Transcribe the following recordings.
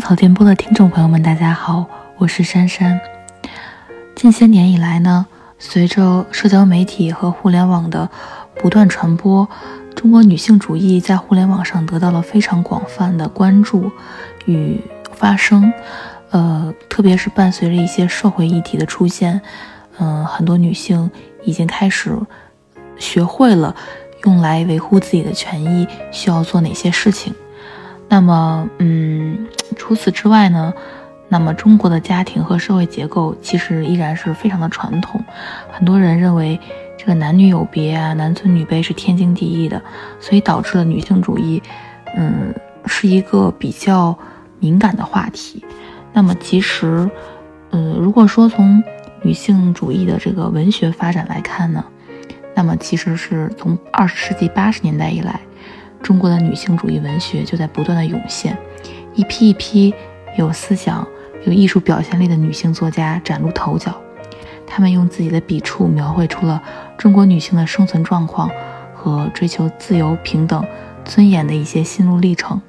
草电波的听众朋友们大家好，我是珊珊。近些年以来呢，随着社交媒体和互联网的不断传播，中国女性主义在互联网上得到了非常广泛的关注与发声。特别是伴随着一些社会议题的出现，很多女性已经开始学会了用来维护自己的权益需要做哪些事情。那么除此之外呢，那么中国的家庭和社会结构其实依然是非常的传统，很多人认为这个男女有别啊，男尊女卑是天经地义的，所以导致了女性主义是一个比较敏感的话题。那么其实如果说从女性主义的这个文学发展来看呢，那么其实是从20世纪80年代以来，中国的女性主义文学就在不断的涌现，一批一批有思想有艺术表现力的女性作家崭露头角，她们用自己的笔触描绘出了中国女性的生存状况和追求自由平等尊严的一些心路历程。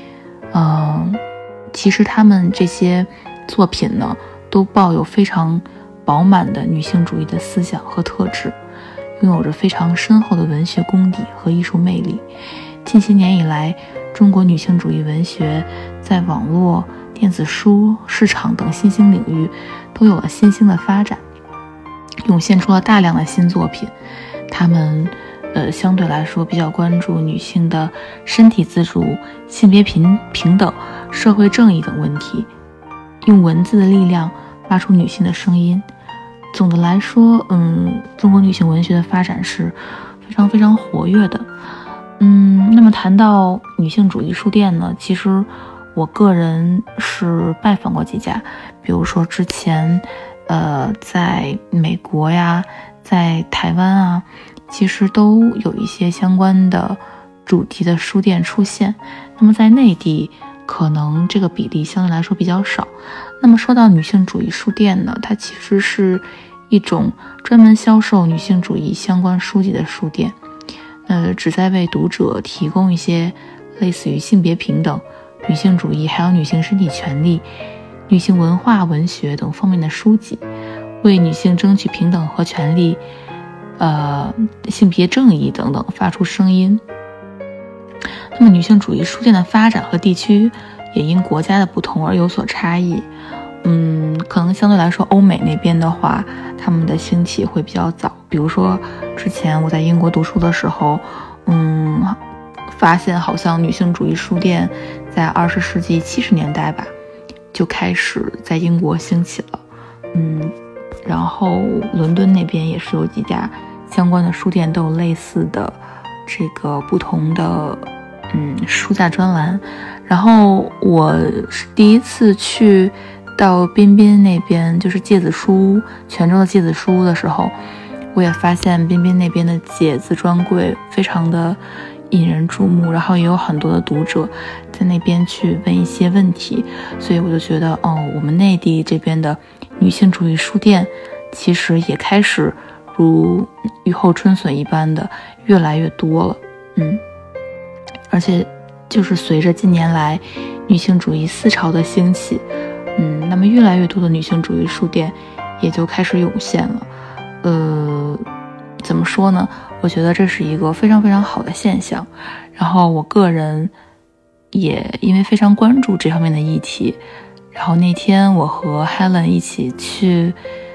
其实她们这些作品呢，都抱有非常饱满的女性主义的思想和特质，拥有着非常深厚的文学功底和艺术魅力。近些年以来，中国女性主义文学在网络、电子书市场等新兴领域都有了新兴的发展，涌现出了大量的新作品。她们相对来说比较关注女性的身体自主、性别平等、社会正义等问题，用文字的力量发出女性的声音。总的来说，中国女性文学的发展是非常非常活跃的。那么谈到女性主义书店呢，其实我个人是拜访过几家，比如说之前在美国呀，在台湾啊，其实都有一些相关的主题的书店出现。那么在内地可能这个比例相对来说比较少。那么说到女性主义书店呢，它其实是一种专门销售女性主义相关书籍的书店，旨在为读者提供一些类似于性别平等、女性主义还有女性身体权利、女性文化文学等方面的书籍，为女性争取平等和权利、性别正义等等发出声音。那么女性主义书店的发展和地区也因国家的不同而有所差异。可能相对来说欧美那边的话，他们的兴起会比较早。比如说之前我在英国读书的时候，发现好像女性主义书店在20世纪70年代吧就开始在英国兴起了。然后伦敦那边也是有几家相关的书店都有类似的这个不同的书架专栏。然后我是第一次去到边边那边，就是芥子书，泉州的芥子书的时候，我也发现边边那边的芥子专柜非常的引人注目，然后也有很多的读者在那边去问一些问题。所以我就觉得我们内地这边的女性主义书店其实也开始如雨后春笋一般的越来越多了。而且就是随着近年来女性主义思潮的兴起，那么越来越多的女性主义书店也就开始涌现了。怎么说呢？我觉得这是一个非常非常好的现象。然后我个人也因为非常关注这方面的议题，然后那天我和 Helen 一起去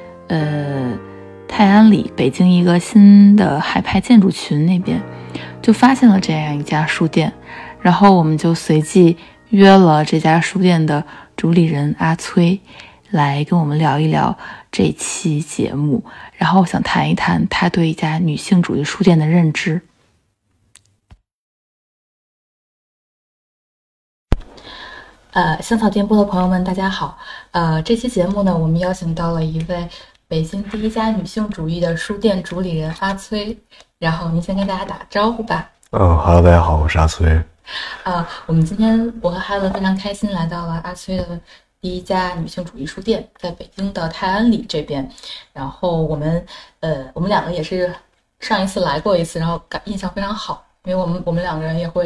泰安里北京一个新的海派建筑群那边，就发现了这样一家书店，然后我们就随即约了这家书店的主理人阿崔来跟我们聊一聊这期节目，然后想谈一谈他对一家女性主义书店的认知。香草电波的朋友们大家好。这期节目呢，我们邀请到了一位北京第一家女性主义的书店主理人阿崔，然后您先跟大家打个招呼吧。 Hello， 大家好，我是阿崔。 我们今天我和Helen非常开心来到了阿崔的第一家女性主义书店，在北京的泰安里这边。然后我们两个也是上一次来过一次，然后印象非常好，因为我们两个人也会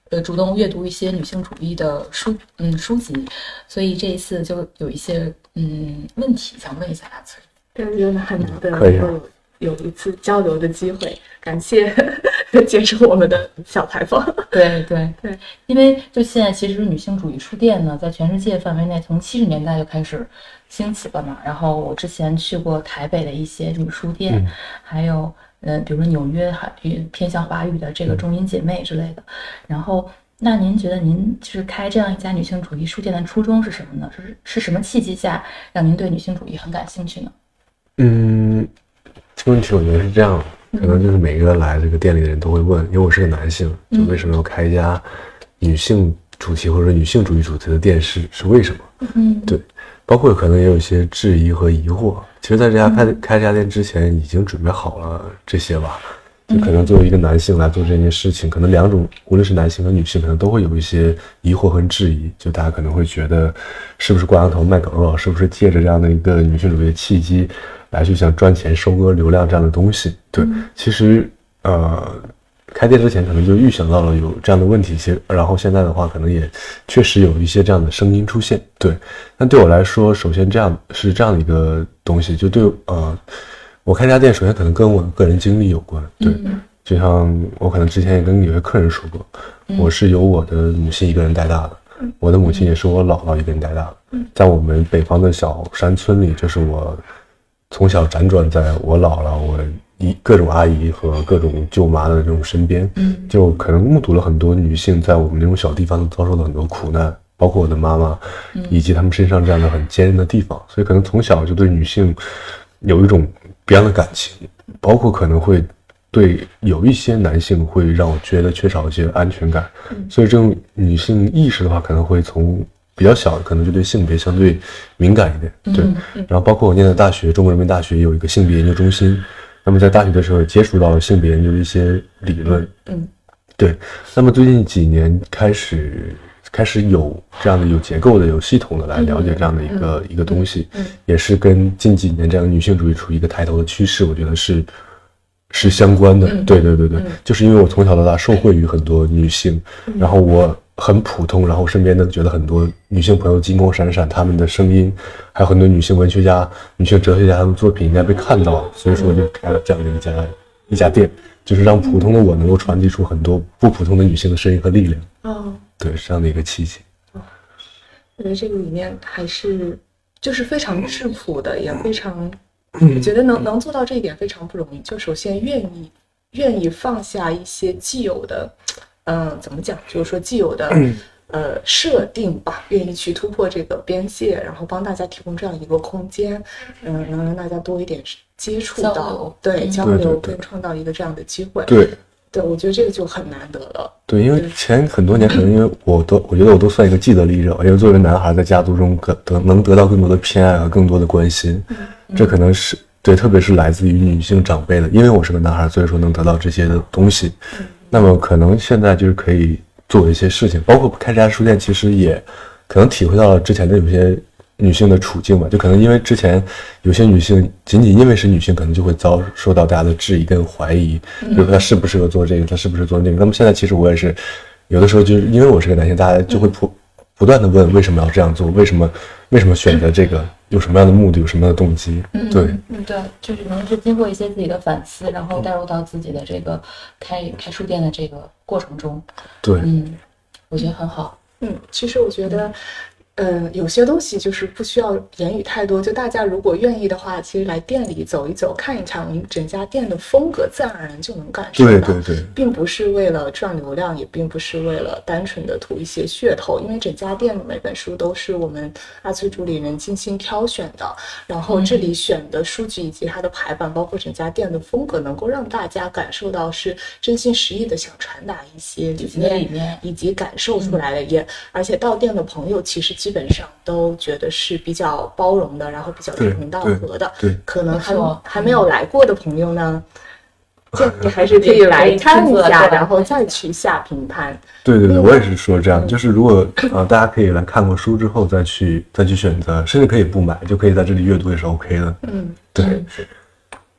主动阅读一些女性主义的书籍，所以这一次就有一些问题想问一下大崔。 对，真的很难得能够有一次交流的机会，感谢接受我们的小采访。 对，因为就现在其实女性主义书店呢，在全世界范围内从70年代就开始兴起了嘛。然后我之前去过台北的一些女书店，还有比如说纽约偏向华语的这个中英姐妹之类的。然后那您觉得您就是开这样一家女性主义书店的初衷是什么呢？是什么契机下让您对女性主义很感兴趣呢？ 这个问题我觉得是这样，可能就是每个来这个店里的人都会问，因为我是个男性，就为什么要开一家女性主题或者女性主义主题的店是为什么？对，包括可能也有一些质疑和疑惑。其实在这家开这家店之前已经准备好了这些吧，就可能作为一个男性来做这件事情，可能两种无论是男性和女性可能都会有一些疑惑和质疑，就大家可能会觉得是不是挂羊头卖狗肉，是不是借着这样的一个女性主义的契机来去想赚钱收割流量这样的东西。对，其实开店之前可能就预想到了有这样的问题，然后现在的话可能也确实有一些这样的声音出现。对，但对我来说首先这样的一个东西，就对我开这家店首先可能跟我个人经历有关。对，就像我可能之前也跟有些客人说过，我是由我的母亲一个人带大的，我的母亲也是我姥姥一个人带大的，在我们北方的小山村里，就是我从小辗转在我姥姥我各种阿姨和各种舅妈的这种身边，就可能目睹了很多女性在我们那种小地方遭受了很多苦难，包括我的妈妈，以及她们身上这样的很坚韧的地方，所以可能从小就对女性有一种别样的感情，包括可能会对有一些男性会让我觉得缺少一些安全感，所以这种女性意识的话，可能会从比较小可能就对性别相对敏感一点。对，然后包括我念的大学，中国人民大学有一个性别研究中心，那么在大学的时候接触到了性别研究的一些理论。对，那么最近几年开始有这样的有结构的有系统的来了解这样的一个东西，也是跟近几年这样女性主义处于一个抬头的趋势，我觉得是相关的。对，就是因为我从小到大受惠于很多女性，然后我很普通，然后身边的觉得很多女性朋友金光闪闪，她们的声音，还有很多女性文学家、女性哲学家，她们作品应该被看到，所以说我就开了这样的一家店，就是让普通的我能够传递出很多不普通的女性的声音和力量。对，是这样的一个契机。 我觉得这个理念还是就是非常质朴的，也非常，我觉得能做到这一点非常不容易。就首先愿意放下一些既有的，怎么讲，就是说既有的设定吧，愿意去突破这个边界，然后帮大家提供这样一个空间，能让大家多一点接触到，对，交流跟创造一个这样的机会。对，我觉得这个就很难得了。对， 因为前很多年可能因为我觉得我都算一个既得利益者，因为作为男孩在家族中能得到更多的偏爱和更多的关心，这可能是对，特别是来自于女性长辈的，因为我是个男孩，所以说能得到这些的东西。那么可能现在就是可以做一些事情，包括开这家书店，其实也可能体会到了之前的有些女性的处境吧，就可能因为之前有些女性仅因为是女性，可能就会遭受到大家的质疑跟怀疑，比如说她适不适合做这个，她适不适合做那个。那么现在其实我也是有的时候就是因为我是个男性，大家就会不断的问为什么要这样做，为什么选择这个，有什么样的目的，有什么样的动机。对， 就是能是经过一些自己的反思，然后带入到自己的这个开书店的这个过程中。 对， 我觉得很好。 其实我觉得有些东西就是不需要言语太多，就大家如果愿意的话，其实来店里走一走看一看，我们整家店的风格自然而然就能感受到。对，并不是为了赚流量，也并不是为了单纯的图一些噱头，因为整家店的每本书都是我们阿崔主理人精心挑选的，然后这里选的书籍以及它的排版，包括整家店的风格，能够让大家感受到是真心实意的想传达一些理念以及感受出来的，而且到店的朋友其实基本上都觉得是比较包容的，然后比较志同道合的。 对， 可能还没有来过的朋友呢，建议还是可以来看一下，然后再去下评判。 对，我也是说这样，就是如果大家可以来看过书之后再去选择，甚至可以不买，就可以在这里阅读也是 OK 的。对。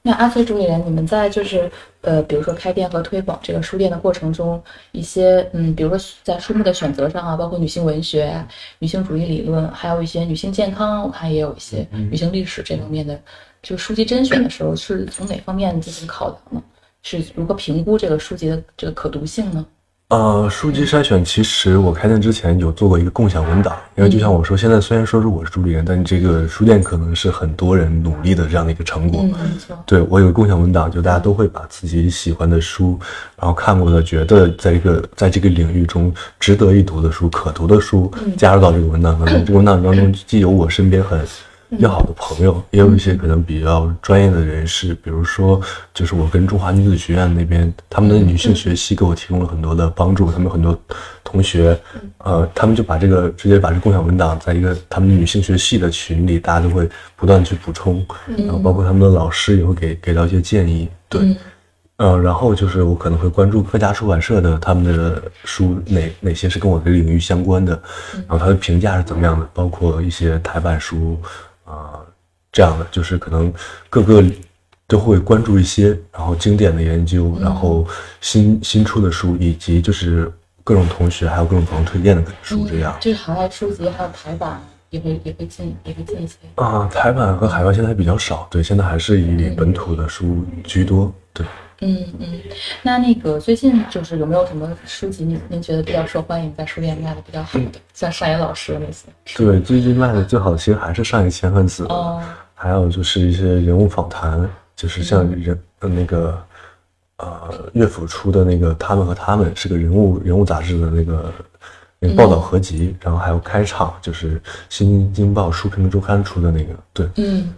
那阿崔主理人，你们在就是比如说开店和推广这个书店的过程中，一些比如说在书目的选择上啊，包括女性文学呀、女性主义理论，还有一些女性健康，我看也有一些女性历史这方面的，就书籍甄选的时候是从哪方面进行考量呢？是如何评估这个书籍的这个可读性呢？ 书籍筛选，其实我开店之前有做过一个共享文档，因为就像我说，现在虽然说是我是主理人，但这个书店可能是很多人努力的这样的一个成果。对，我有个共享文档，就大家都会把自己喜欢的书，然后看过的，觉得在这个领域中值得一读的书、可读的书，加入到这个文档当中。这个文档当中既有我身边很要好的朋友，也有一些可能比较专业的人士，比如说就是我跟中华女子学院那边他们的女性学系给我提供了很多的帮助，他们有很多同学他们就把直接把这个共享文档在一个他们女性学系的群里，大家都会不断去补充，然后包括他们的老师也会给到一些建议。对，然后就是我可能会关注各家出版社的他们的书哪些是跟我的领域相关的，然后它的评价是怎么样的，包括一些台版书这样的，就是可能各个都会关注一些，然后经典的研究，然后新出的书，以及就是各种同学还有各种朋友推荐的书，这样。 就是海外书籍还有台版也会进一些台版和海外现在比较少，对，现在还是以本土的书居多，对。 那个最近就是有没有什么书籍您觉得比较受欢迎，在书店卖的比较好的，像上野老师的那些？ 对，最近卖的最好的其实还是上野千鹤子，还有就是一些人物访谈，就是像那个乐府出的那个他们和他们是个人物杂志的那个报道合集，然后还有开场，就是新京报书评周刊出的那个，对，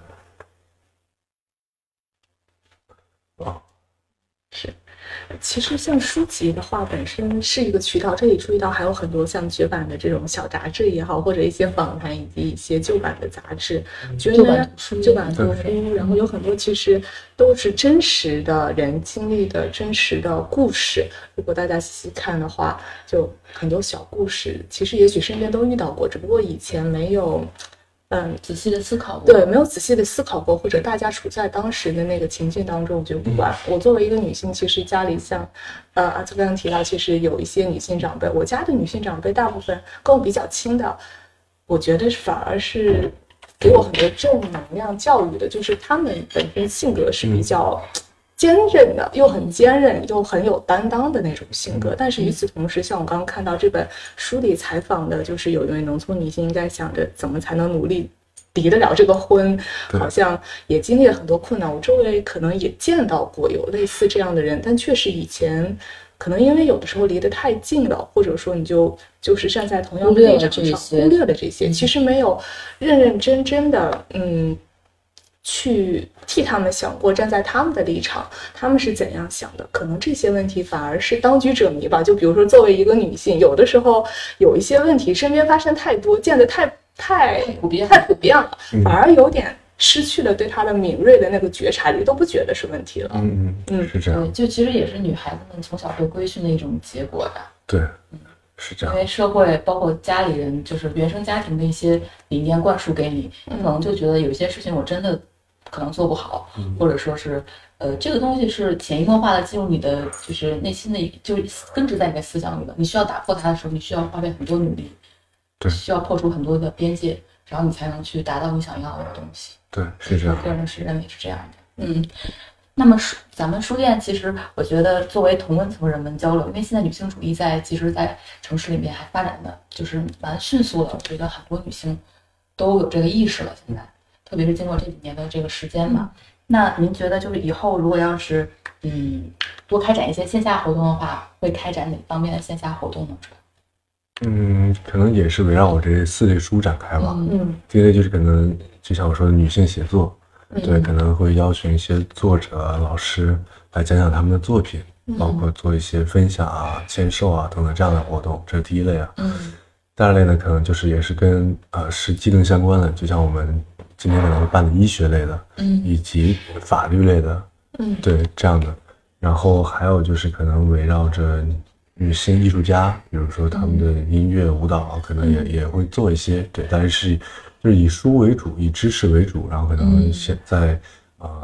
是，其实像书籍的话，本身是一个渠道。这里注意到还有很多像绝版的这种小杂志也好，或者一些访谈，以及一些旧版的杂志，觉得旧版读书，然后有很多其实都是真实的人经历的真实的故事。如果大家细细看的话，就很多小故事，其实也许身边都遇到过，只不过以前没有。 仔细的思考过， 对，没有仔细的思考过，或者大家处在当时的那个情境当中，就不管。我作为一个女性，其实家里像，阿祖刚刚提到，其实有一些女性长辈，我家的女性长辈大部分跟我比较亲的，我觉得反而是给我很多正能量教育的，就是她们本身性格是比较坚韧的，又很坚韧，又很有担当的那种性格。但是与此同时，像我刚刚看到这本书里采访的，就是有一位农村女性，应该想着怎么才能努力离得了这个婚，好像也经历了很多困难。我周围可能也见到过有类似这样的人，但确实以前可能因为有的时候离得太近了，或者说你就是站在同样的立场上忽略了这些，其实没有认认真真的去替他们想过，站在他们的立场，他们是怎样想的？可能这些问题反而是当局者迷吧。就比如说，作为一个女性，有的时候有一些问题身边发生太多，见得太普遍了，反而有点失去了对她的敏锐的那个觉察力，都不觉得是问题了。 是这样。 对，就其实也是女孩子们从小被规训的一种结果呀。 对。是这样， 因为社会包括家里人，就是原生家庭的一些理念灌输给你，可能就觉得有些事情我真的可能做不好，或者说是这个东西是潜移默化的进入你的就是内心的，就是根植在你的思想里的。你需要打破它的时候，你需要花费很多努力， 对， 需要破除很多的边界，然后你才能去达到你想要的东西。 对，是这样。 我个人是认为是这样的。那么咱们书店其实我觉得作为同温层人们交流，因为现在女性主义其实在城市里面还发展的就是蛮迅速的，我觉得很多女性都有这个意识了。现在特别是经过这几年的这个时间嘛，那您觉得就是以后如果要是多开展一些线下活动的话，会开展哪方面的线下活动呢？ 可能也是围绕我这4类书展开吧。第一类就是可能就像我说的女性写作，对，可能会邀请一些作者、老师来讲讲他们的作品，包括做一些分享啊、签售啊等等这样的活动，这是第一类啊。第二类呢，可能就是也是跟是技能相关的，就像我们今天可能会办的医学类的，以及法律类的，对，这样的。然后还有就是可能围绕着女性艺术家，比如说他们的音乐、舞蹈，可能也会做一些，对，但是就是以书为主，以知识为主，然后可能现在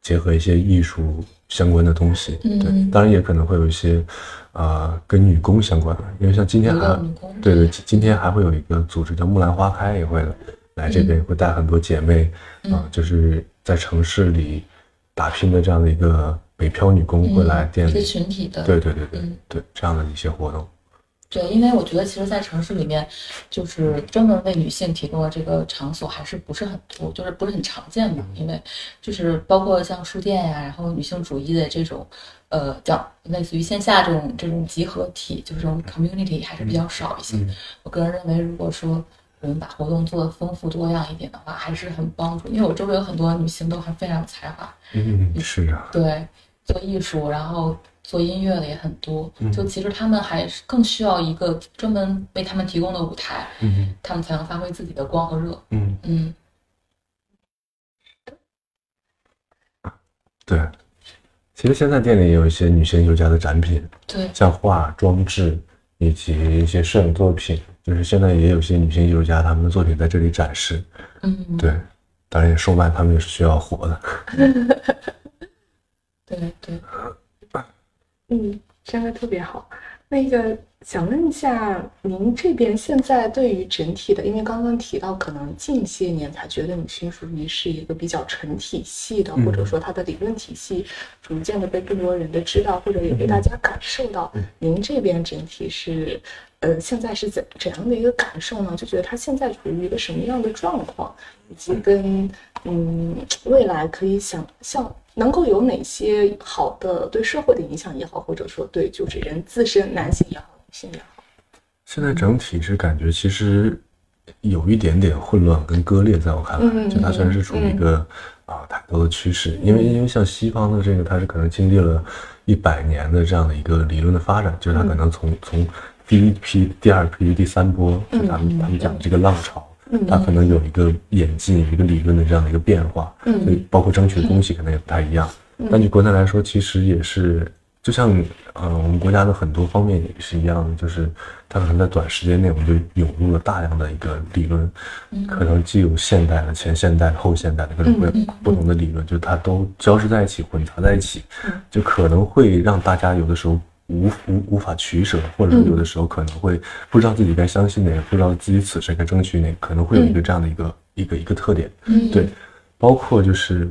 结合一些艺术相关的东西，对，当然也可能会有一些跟女工相关的，因为像今天对，今天还会有一个组织叫木兰花开也会来这边，会带很多姐妹就是在城市里打拼的这样的一个北漂女工会来店里， 一个群体的， 对，这样的一些活动。 对，因为我觉得其实在城市里面，就是专门为女性提供的这个场所还是不是很多，就是不是很常见嘛。因为就是包括像书店呀，然后女性主义的这种叫类似于线下这种集合体，就是这种 community 还是比较少一些。我个人认为，如果说我们把活动做得丰富多样一点的话，还是很帮助。因为我周围有很多女性都还非常有才华， 是啊， 对，做艺术，然后做音乐的也很多，就其实他们还是更需要一个专门为他们提供的舞台，他们才能发挥自己的光和热。 对，其实现在店里也有一些女性艺术家的展品， 对， 像画、装置以及一些摄影作品，就是现在也有些女性艺术家他们的作品在这里展示。对，当然也售卖，他们也是需要活的。 对。 真的特别好。那个想问一下，您这边现在对于整体的，因为刚刚提到可能近些年才觉得女性主义是一个比较成体系的，或者说它的理论体系逐渐的被更多人的知道，或者也被大家感受到。您这边整体是现在是怎样的一个感受呢？就觉得它现在处于一个什么样的状况，以及跟未来可以想象能够有哪些好的对社会的影响也好，或者说对就是人自身，男性也好，女性也好。 现在整体是感觉其实有一点点混乱跟割裂，在我看来，就它虽然是处于一个抬头的趋势，因为像西方的这个，它是可能经历了100年的这样的一个理论的发展，就是它可能从第一批、第二批、第三波，就他们讲这个浪潮。它可能有一个演进，一个理论的这样的一个变化，所以包括争取的东西可能也不太一样。但就国内来说，其实也是，就像我们国家的很多方面也是一样的，就是它可能在短时间内我们就涌入了大量的一个理论，可能既有现代的、前现代的、后现代的各种不同的理论，就它都交织在一起、混杂在一起，就可能会让大家有的时候无法取舍，或者有的时候可能会不知道自己该相信哪个，不知道自己此时该争取哪个，可能会有一个这样的一个特点。对，包括就是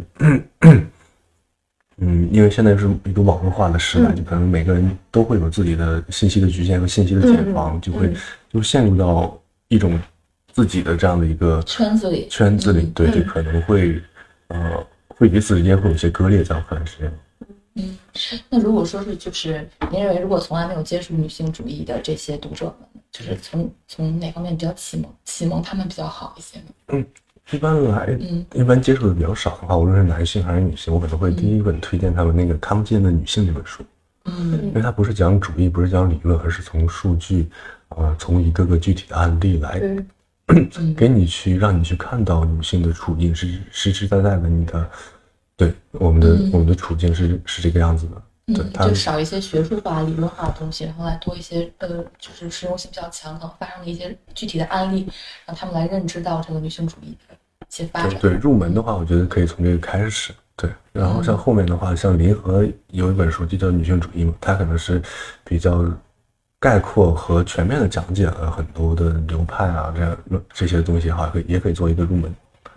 因为现在是一个网络化的时代，就可能每个人都会有自己的信息的局限和信息的茧房，就陷入到一种自己的这样的一个圈子里，对，就可能会彼此之间会有些割裂，在我看来是这样。 那如果说是就是您认为，如果从来没有接触女性主义的这些读者们，就是从哪方面比较启蒙他们比较好一些呢？ 一般接触的比较少的话，无论是男性还是女性，我可能会第一本推荐他们那个《看不见的女性》这本书。因为它不是讲主义，不是讲理论，而是从数据从一个个具体的案例来给你让你去看到女性的处境是实实在在的，对我们的处境是这个样子的。对， 就少一些学术化、理论化的东西，然后来多一些就是实用性比较强，可能发生的一些具体的案例，让他们来认知到这个女性主义的一些发展。 对，入门的话，我觉得可以从这个开始。对，然后像后面的话，像林和有一本书就叫《女性主义》嘛，它可能是比较概括和全面的讲解了很多的流派啊，这些东西哈，也可以做一个入门。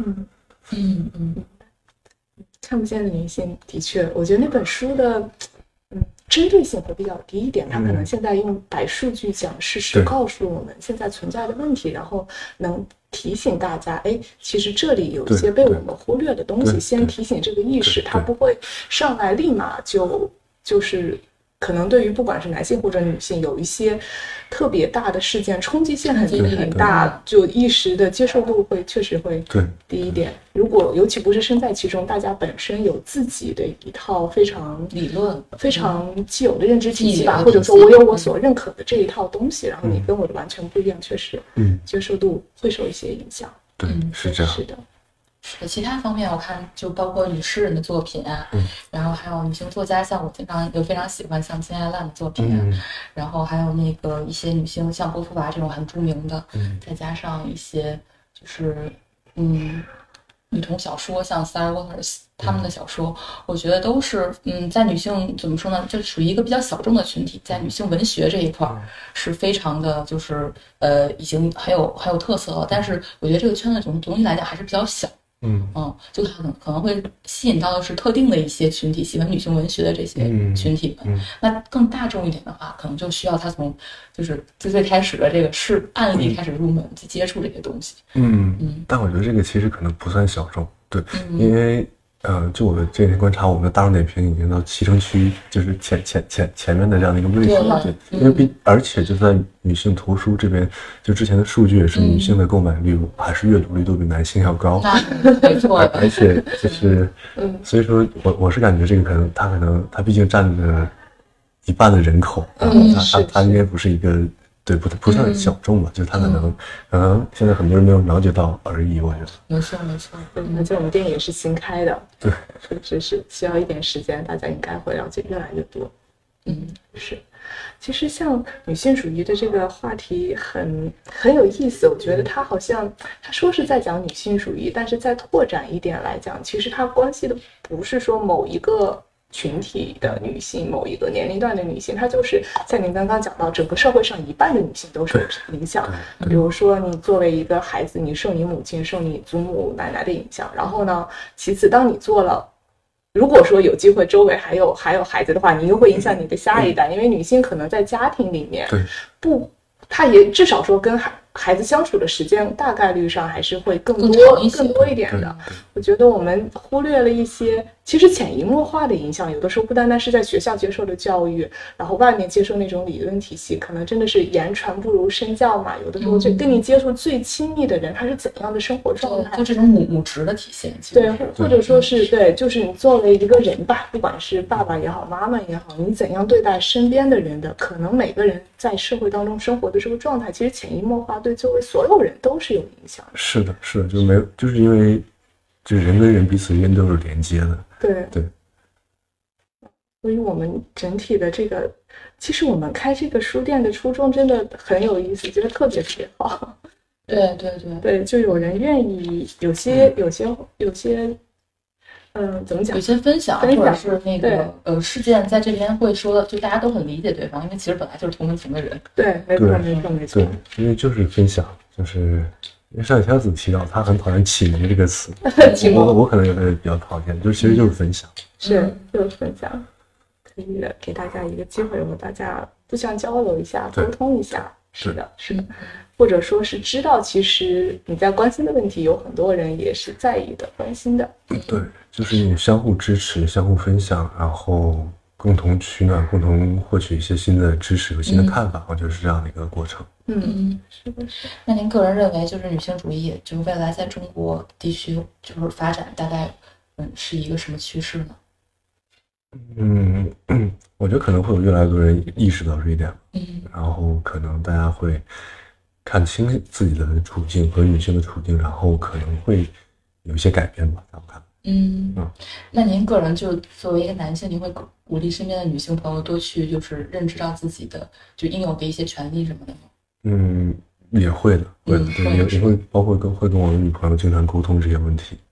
看不见的女性的确，我觉得那本书的针对性会比较低一点，它可能现在用摆数据讲事实，告诉我们现在存在的问题，然后能提醒大家，其实这里有一些被我们忽略的东西，先提醒这个意识，它不会上来立马就是可能对于不管是男性或者女性，有一些特别大的事件，冲击性很大，就一时的接受度确实会低一点。如果尤其不是身在其中，大家本身有自己的一套非常理论、 非常既有的认知体系吧，或者说我有我所认可的这一套东西，然后你跟我的完全不一样，确实，接受度会受一些影响。 对，是这样。 是的。 其他方面我看就包括女诗人的作品啊，然后还有女性作家，像我非常喜欢像金爱兰的作品啊，然后还有那个一些女性像波伏娃这种很著名的，再加上一些就是女同小说，像 Sarah Waters 他们的小说，我觉得都是在女性怎么说呢，就属于一个比较小众的群体，在女性文学这一块是非常的，就是已经很有特色了。但是我觉得这个圈子总体来讲还是比较小。就它可能会吸引到的是特定的一些群体，喜欢女性文学的这些群体们。那更大众一点的话，可能就需要他从就是最开始的这个案例开始入门，去接触这些东西。 但我觉得这个其实可能不算小众，对，因为就我这几天观察，我们的大众点评已经到西城区，就是前面的这样的一个位置了。对，因为而且就在女性图书这边，就之前的数据也是女性的购买率还是阅读率都比男性要高。 没错， 而且就是，所以说我是感觉这个可能它毕竟占了一半的人口，它应该不是一个。对，不算小众吧，就是他可能现在很多人没有了解到而已，我觉得。 没错。 而且我们店也是新开的， 对， 只是需要一点时间，大家应该会了解越来越多。是。其实像女性主义的这个话题很有意思，我觉得它好像它说是在讲女性主义，但是再拓展一点来讲，其实它关系的不是说某一个群体的女性，某一个年龄段的女性，它就是像您刚刚讲到，整个社会上一半的女性都受影响。比如说你作为一个孩子，你受你母亲、受你祖母奶奶的影响，然后呢，其次当你做了，如果说有机会周围还有孩子的话，你又会影响你的下一代，因为女性可能在家庭里面她也至少说跟孩子相处的时间大概率上还是会更多一点的。我觉得我们忽略了一些其实潜移默化的影响，有的时候不单单是在学校接受的教育，然后外面接受那种理论体系，可能真的是言传不如身教嘛。有的时候就跟你接触最亲密的人，他是怎样的生活状态， 就这种母职的体现。 对，或者说是对，就是你作为一个人吧，不管是爸爸也好，妈妈也好，你怎样对待身边的人的，可能每个人在社会当中生活的这个状态，其实潜移默化对周围所有人都是有影响的。 是的，就是因为就人跟人彼此之间都是连接的。对， 所以我们整体的这个，其实我们开这个书店的初衷真的很有意思，觉得特别好。对，就有人愿意，有些怎么讲？ 有些分享或者是那个事件，在这边会说，就大家都很理解对方，因为其实本来就是同门情的人。 对，没错。 对，因为就是分享，就是因为上野千鹤子提到他很讨厌启蒙这个词，我可能有的比较讨厌，其实就是分享。 就是分享，可以的，给大家一个机会，让大家互相交流一下，沟通一下。是的，或者说是知道，其实你在关心的问题，有很多人也是在意的、关心的。 对，就是你相互支持、相互分享，然后共同取暖、共同获取一些新的知识和新的看法，我觉得是这样的一个过程。 是的。 那您个人认为，就是女性主义，就是未来在中国地区就是发展，大概是一个什么趋势呢？ 我觉得可能会有越来越多人意识到这一点，然后可能大家会看清自己的处境和女性的处境，然后可能会有一些改变吧，在我看来。 那您个人就作为一个男性，您会鼓励身边的女性朋友多去就是认知到自己的就应有的一些权利什么的吗？ 也会的，对，也会包括会跟我的女朋友经常沟通这些问题。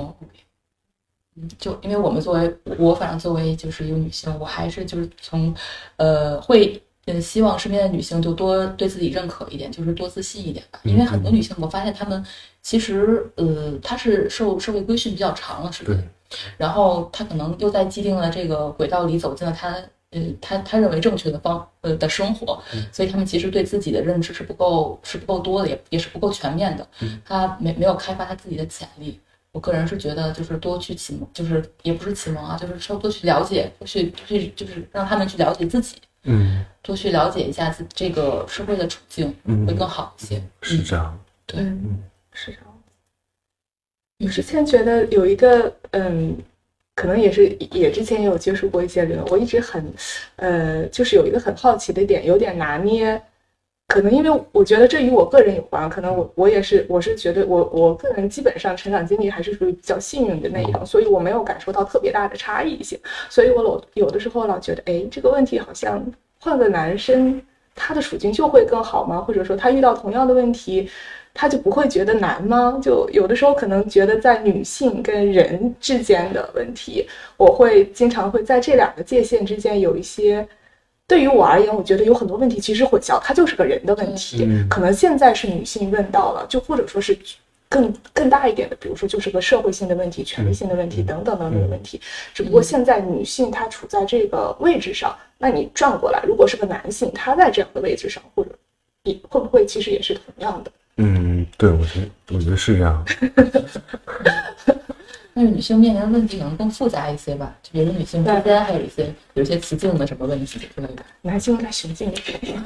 就因为我反正作为就是一个女性，我还是就是从会希望身边的女性就多对自己认可一点，就是多自信一点吧。因为很多女性我发现她们其实她是受社会规训比较长了，是不是？然后她可能又在既定的这个轨道里走进了她认为正确的生活，所以她们其实对自己的认知是不够多的，也是不够全面的。她没有开发她自己的潜力。我个人是觉得，就是多去启蒙，就是也不是启蒙啊，就是多去了解，多去就是让他们去了解自己，多去了解一下这个社会的处境，会更好一些。 是这样， 对，是这样。我之前觉得有一个，可能也之前也有接触过一些人，我一直就是有一个很好奇的点，有点拿捏。可能因为我觉得这与我个人有关，可能我是觉得我个人基本上成长经历还是属于比较幸运的那一种，所以我没有感受到特别大的差异性，所以我有的时候老觉得，这个问题好像换个男生他的处境就会更好吗？或者说他遇到同样的问题， 他就不会觉得难吗？就有的时候可能觉得在女性跟人之间的问题，我会经常会在这两个界限之间有一些，对于我而言，我觉得有很多问题其实混淆，它就是个人的问题。可能现在是女性问到了，就或者说是更大一点的，比如说就是个社会性的问题、权利性的问题等等等等的问题。只不过现在女性她处在这个位置上，那你转过来，如果是个男性，他在这样的位置上，或者会不会其实也是同样的？ 对，我觉得是这样。 但是女性面临的问题可能更复杂一些吧，就比如女性之间还有一些雌竞的什么问题之类的。 男性应该雄竞一点。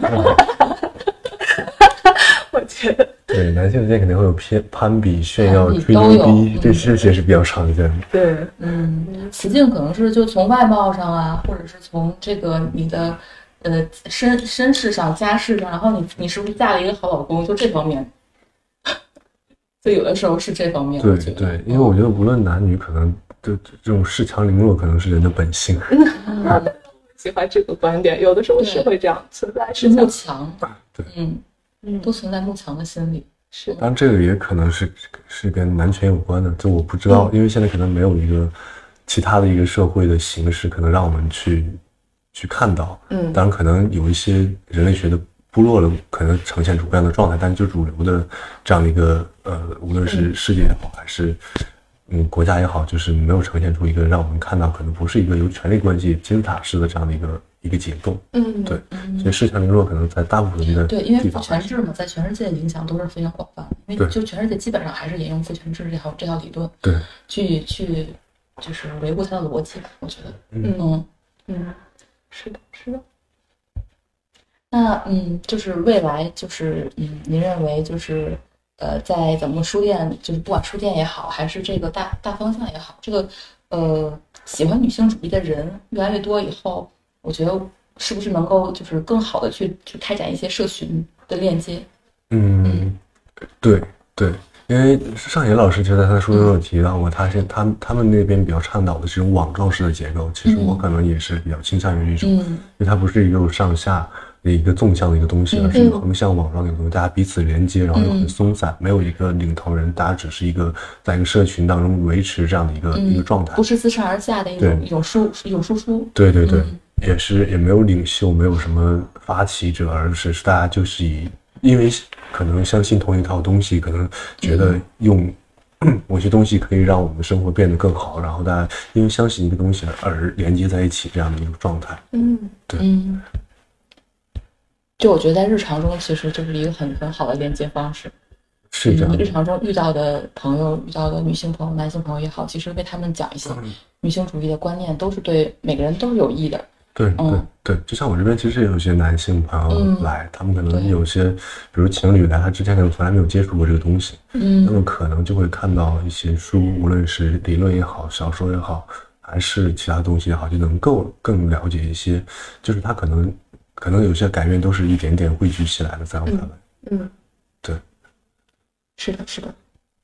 我觉得对，男性之间肯定会有攀比、炫耀、吹牛逼，这些是比较常见的。 对， 雌竞可能是就从外貌上啊，或者是从这个你的身世上、家世上，然后你是不是嫁了一个好老公，就这方面。所以有的时候是这方面， 对对，因为我觉得无论男女，可能这种恃强凌弱可能是人的本性。 喜欢这个观点，有的时候是会这样存在， 是慕强， 对， 都存在慕强的心理。 是， 当然这个也可能是跟男权有关的，就我不知道，因为现在可能没有一个其他的一个社会的形式，可能让我们去看到。当然可能有一些人类学的部落的可能呈现出这样的状态，但就主流的这样的一个无论是世界也好，还是国家也好，就是没有呈现出一个让我们看到可能不是一个由权力关系金字塔式的这样的一个结构。对，所以恃强凌弱可能在大部分的对，因为父权制嘛，在全世界的影响都是非常广泛的，因为就全世界基本上还是沿用父权制这套理论， 对， 去就是维护它的逻辑吧，我觉得。 是的，是的。 那就是未来就是您认为就是在咱们书店，就是不管书店也好，还是这个大方向也好，这个喜欢女性主义的人越来越多以后，我觉得是不是能够就是更好的去开展一些社群的链接？ 对，因为上野老师就在他的书中有提到过，他们那边比较倡导的这种网状式的结构，其实我可能也是比较倾向于这种，因为它不是一个上下的一个纵向的一个东西，而是一个横向网状的一个东西，大家彼此连接，然后又很松散，没有一个领头人，大家只是一个在一个社群当中维持这样的一个状态， 不是自上而下的一种输出。 对，也没有领袖，没有什么发起者，而是大家就是因为可能相信同一套东西，可能觉得用某些东西可以让我们的生活变得更好，然后大家因为相信一个东西而连接在一起，这样的一个状态。对。 就我觉得在日常中其实就是一个很好的连接方式。 是这样。 日常中遇到的朋友，遇到的女性朋友、男性朋友也好，其实为他们讲一些女性主义的观念，都是对每个人都是有益的。 对，就像我这边其实也有些男性朋友来，他们可能有些，比如情侣来，他之前可能从来没有接触过这个东西，那么可能就会看到一些书，无论是理论也好，小说也好，还是其他东西也好，就能够更了解一些，就是他可能有些改变都是一点点汇聚起来的，在我看来。对， 是的。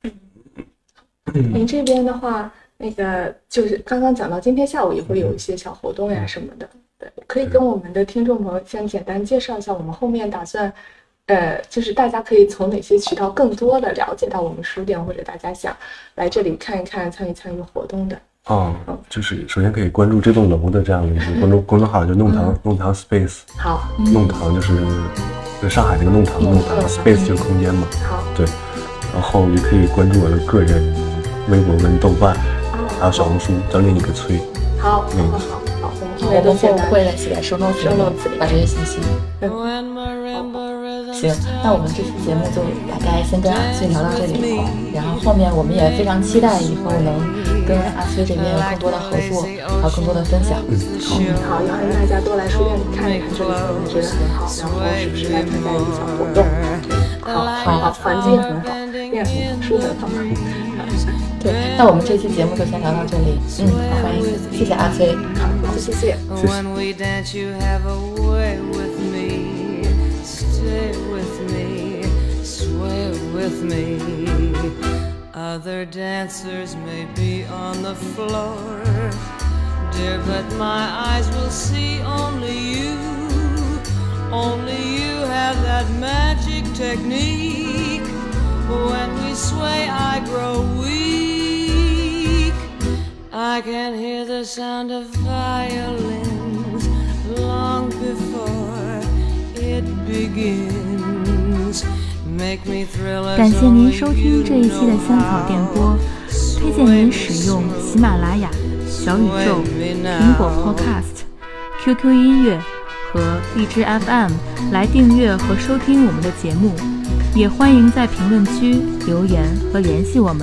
您这边的话，那个就是刚刚讲到，今天下午也会有一些小活动呀什么的。对，可以跟我们的听众朋友先简单介绍一下，我们后面打算，就是大家可以从哪些渠道更多的了解到我们书店，或者大家想来这里看一看、参与活动的。 就是首先可以关注这栋楼的这样的一个公众号，就弄堂 Space。好，弄堂就是上海那个弄堂，Space 就是空间嘛。好，对，然后也可以关注我的个人微博跟豆瓣，还有小红书，叫另一个崔。好， 我们会写在收notes里把这些信息。行，那我们这期节目就大概先跟阿崔聊到这里了，然后后面我们也非常期待以后能跟阿崔这边有更多的合作，还有更多的分享。 好，也欢迎大家多来书店里看一看这里氛围，觉得很好，然后是不是来参加一个小活动？好，环境很好，店很好，书很好。 对，那我们这期节目就先聊到这里。好，欢迎，谢谢阿崔。 好，谢谢。 Stay with me, sway with me. Other dancers may be on the floor, dear, but my eyes will see only you. Only you have that magic technique. When we sway, I grow weak. I can hear the sound of violins long before it begins. Make me thrill as 感谢您收 only 听 you 这一期的 know 香草电波， how. 推荐您使用喜马拉雅、小宇宙、苹果 Podcast、QQ 音乐和荔枝 FM 来订阅和收听我们的节目，也欢迎在评论区留言和联系我们。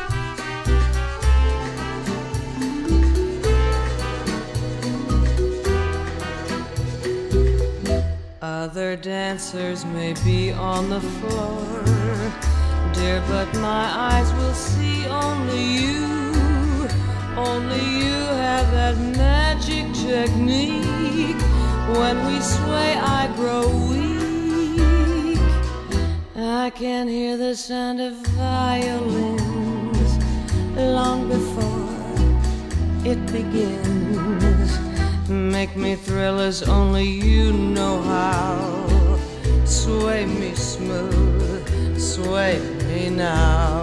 Other dancers may be on the floor, dear, but my eyes will see only you. Only you have that magic technique. When we sway, I grow weak. I can hear the sound of violins long before it begins. Make me thrill as only you know how. Sway me smooth, sway me now.